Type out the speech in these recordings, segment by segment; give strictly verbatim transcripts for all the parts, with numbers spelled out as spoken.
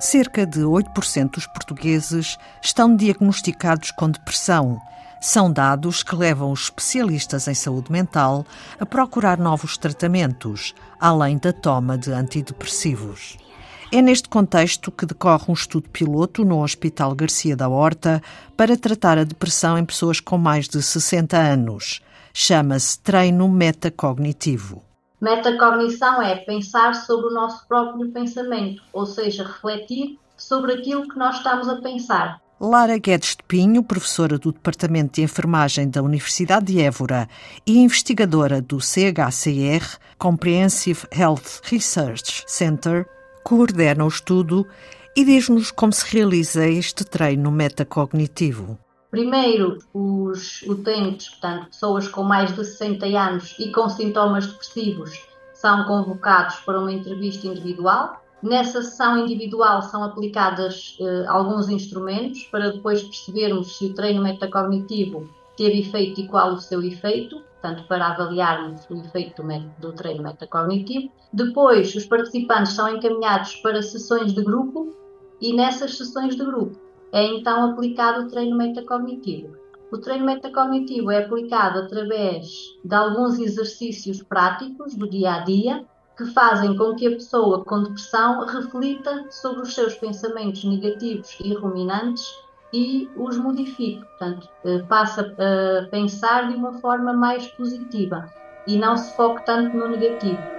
Cerca de oito por cento dos portugueses estão diagnosticados com depressão. São dados que levam os especialistas em saúde mental a procurar novos tratamentos, além da toma de antidepressivos. É neste contexto que decorre um estudo piloto no Hospital Garcia da Horta para tratar a depressão em pessoas com mais de sessenta anos. Chama-se treino metacognitivo. Metacognição é pensar sobre o nosso próprio pensamento, ou seja, refletir sobre aquilo que nós estamos a pensar. Lara Guedes de Pinho, professora do Departamento de Enfermagem da Universidade de Évora e investigadora do C H C R, Comprehensive Health Research Center, coordena o estudo e diz-nos como se realiza este treino metacognitivo. Primeiro, os utentes, portanto, pessoas com mais de sessenta anos e com sintomas depressivos, são convocados para uma entrevista individual. Nessa sessão individual são aplicados eh, alguns instrumentos para depois percebermos se o treino metacognitivo teve efeito e qual o seu efeito, portanto, para avaliarmos o efeito do, do treino metacognitivo. Depois, os participantes são encaminhados para sessões de grupo e nessas sessões de grupo é então aplicado o treino metacognitivo. O treino metacognitivo é aplicado através de alguns exercícios práticos do dia a dia que fazem com que a pessoa com depressão reflita sobre os seus pensamentos negativos e ruminantes e os modifique. Portanto, passa a pensar de uma forma mais positiva e não se foque tanto no negativo.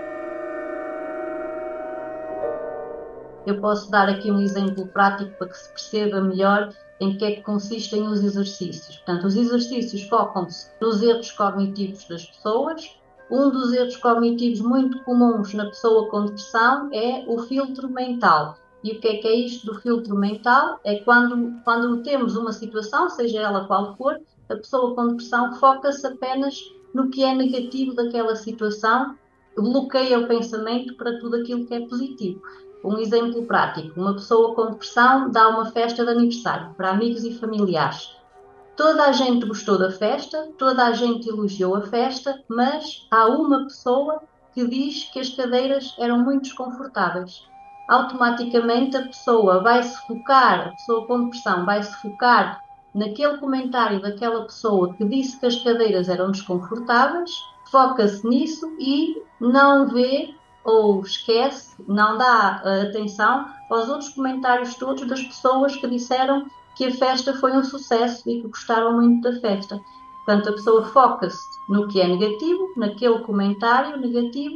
Eu posso dar aqui um exemplo prático para que se perceba melhor em que é que consistem os exercícios. Portanto, os exercícios focam-se nos erros cognitivos das pessoas. Um dos erros cognitivos muito comuns na pessoa com depressão é o filtro mental. E o que é que é isto do filtro mental? É quando, quando temos uma situação, seja ela qual for, a pessoa com depressão foca-se apenas no que é negativo daquela situação, bloqueia o pensamento para tudo aquilo que é positivo. Um exemplo prático, uma pessoa com depressão dá uma festa de aniversário para amigos e familiares. Toda a gente gostou da festa, toda a gente elogiou a festa, mas há uma pessoa que diz que as cadeiras eram muito desconfortáveis. Automaticamente a pessoa vai se focar, a pessoa com depressão vai se focar naquele comentário daquela pessoa que disse que as cadeiras eram desconfortáveis, foca-se nisso e não vê ou esquece, não dá uh, atenção aos outros comentários todos das pessoas que disseram que a festa foi um sucesso e que gostaram muito da festa. Portanto, a pessoa foca-se no que é negativo, naquele comentário negativo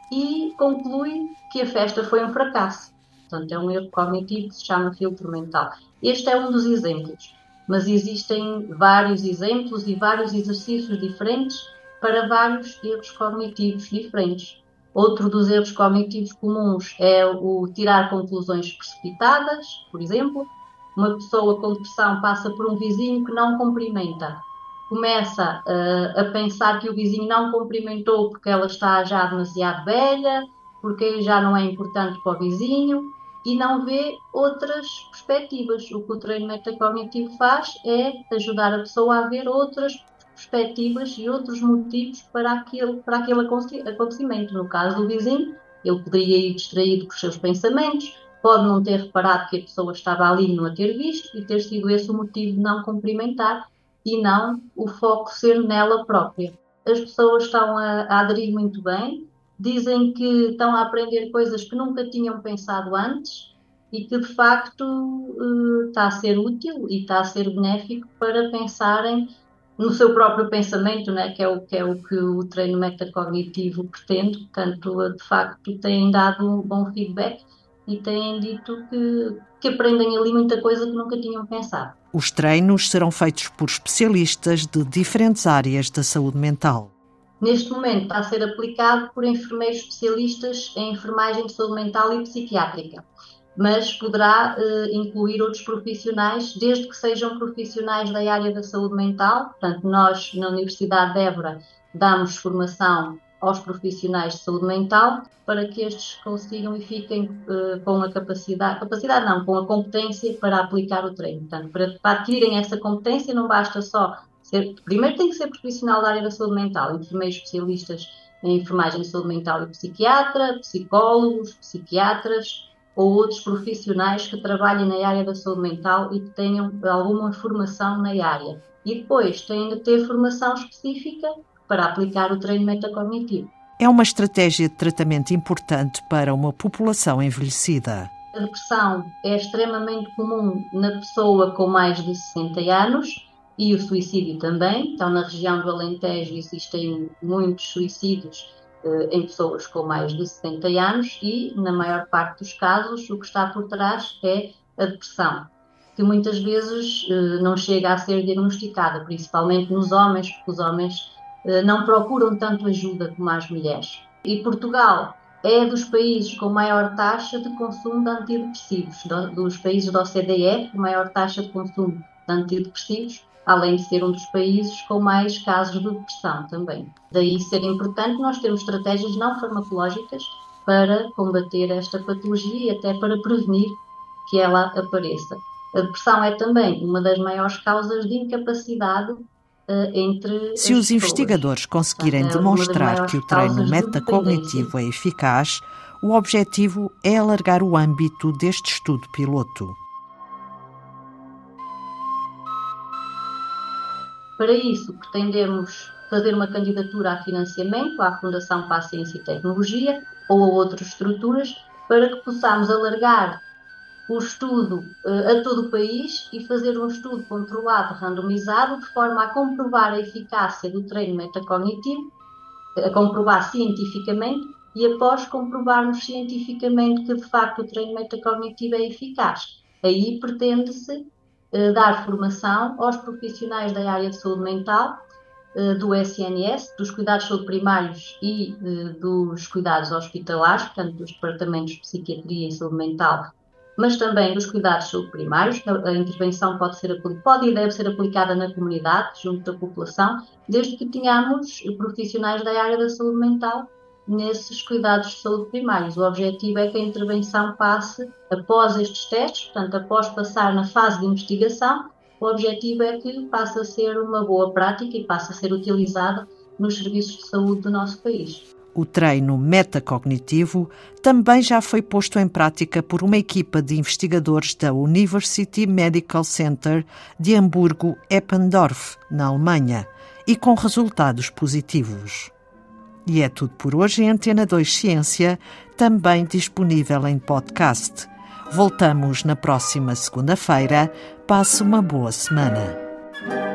e conclui que a festa foi um fracasso. Portanto, é um erro cognitivo que se chama filtro mental. Este é um dos exemplos, mas existem vários exemplos e vários exercícios diferentes para vários erros cognitivos diferentes. Outro dos erros cognitivos comuns é o tirar conclusões precipitadas, por exemplo. Uma pessoa com depressão passa por um vizinho que não cumprimenta. Começa uh, a pensar que o vizinho não cumprimentou porque ela está já demasiado velha, porque já não é importante para o vizinho e não vê outras perspectivas. O que o treino metacognitivo faz é ajudar a pessoa a ver outras perspectivas e outros motivos para aquele, para aquele acontecimento. No caso do vizinho, ele poderia ir distraído com os seus pensamentos, pode não ter reparado que a pessoa estava ali e não a ter visto e ter sido esse o motivo de não cumprimentar e não o foco ser nela própria. As pessoas estão a, a aderir muito bem, dizem que estão a aprender coisas que nunca tinham pensado antes e que de facto uh, está a ser útil e está a ser benéfico para pensarem no seu próprio pensamento, né, que, é o, que é o que o treino metacognitivo pretende. Portanto, de facto, têm dado um bom feedback e têm dito que, que aprendem ali muita coisa que nunca tinham pensado. Os treinos serão feitos por especialistas de diferentes áreas da saúde mental. Neste momento está a ser aplicado por enfermeiros especialistas em enfermagem de saúde mental e psiquiátrica, mas poderá eh, incluir outros profissionais, desde que sejam profissionais da área da saúde mental. Portanto, nós na Universidade de Évora damos formação aos profissionais de saúde mental para que estes consigam e fiquem uh, com a capacidade, capacidade não, com a competência para aplicar o treino. Portanto, para, para adquirirem essa competência não basta só ser, primeiro tem que ser profissional da área da saúde mental, enfermeiros especialistas em enfermagem de saúde mental e psiquiatra, psicólogos, psiquiatras, ou outros profissionais que trabalhem na área da saúde mental e que tenham alguma formação na área. E depois têm de ter formação específica para aplicar o treino metacognitivo. É uma estratégia de tratamento importante para uma população envelhecida. A depressão é extremamente comum na pessoa com mais de sessenta anos e o suicídio também. Então, na região do Alentejo existem muitos suicídios eh, em pessoas com mais de sessenta anos e, na maior parte dos casos, o que está por trás é a depressão, que muitas vezes eh, não chega a ser diagnosticada, principalmente nos homens, porque os homens eh, não procuram tanto ajuda como as mulheres. E Portugal é dos países com maior taxa de consumo de antidepressivos, do, dos países da O C D E, com maior taxa de consumo de antidepressivos, além de ser um dos países com mais casos de depressão também. Daí ser importante nós termos estratégias não farmacológicas para combater esta patologia e até para prevenir que ela apareça. A depressão é também uma das maiores causas de incapacidade entre Se os investigadores conseguirem demonstrar que o treino metacognitivo é eficaz, o objetivo é alargar o âmbito deste estudo piloto. Para isso, pretendemos fazer uma candidatura a financiamento à Fundação para a Ciência e Tecnologia ou a outras estruturas para que possamos alargar o estudo uh, a todo o país e fazer um estudo controlado, randomizado, de forma a comprovar a eficácia do treino metacognitivo, a comprovar cientificamente e após comprovarmos cientificamente que, de facto, o treino metacognitivo é eficaz. Aí pretende-se uh, dar formação aos profissionais da área de saúde mental, uh, do S N S, dos cuidados de saúde primários e uh, dos cuidados hospitalares, portanto, dos departamentos de psiquiatria e saúde mental, mas também dos cuidados de saúde primários. A intervenção pode, ser, pode e deve ser aplicada na comunidade, junto da população, desde que tenhamos profissionais da área da saúde mental nesses cuidados de saúde primários. O objetivo é que a intervenção passe após estes testes, portanto, após passar na fase de investigação, o objetivo é que passe a ser uma boa prática e passe a ser utilizada nos serviços de saúde do nosso país. O treino metacognitivo também já foi posto em prática por uma equipa de investigadores da University Medical Center de Hamburgo-Eppendorf, na Alemanha, e com resultados positivos. E é tudo por hoje em Antena dois Ciência, também disponível em podcast. Voltamos na próxima segunda-feira. Passe uma boa semana.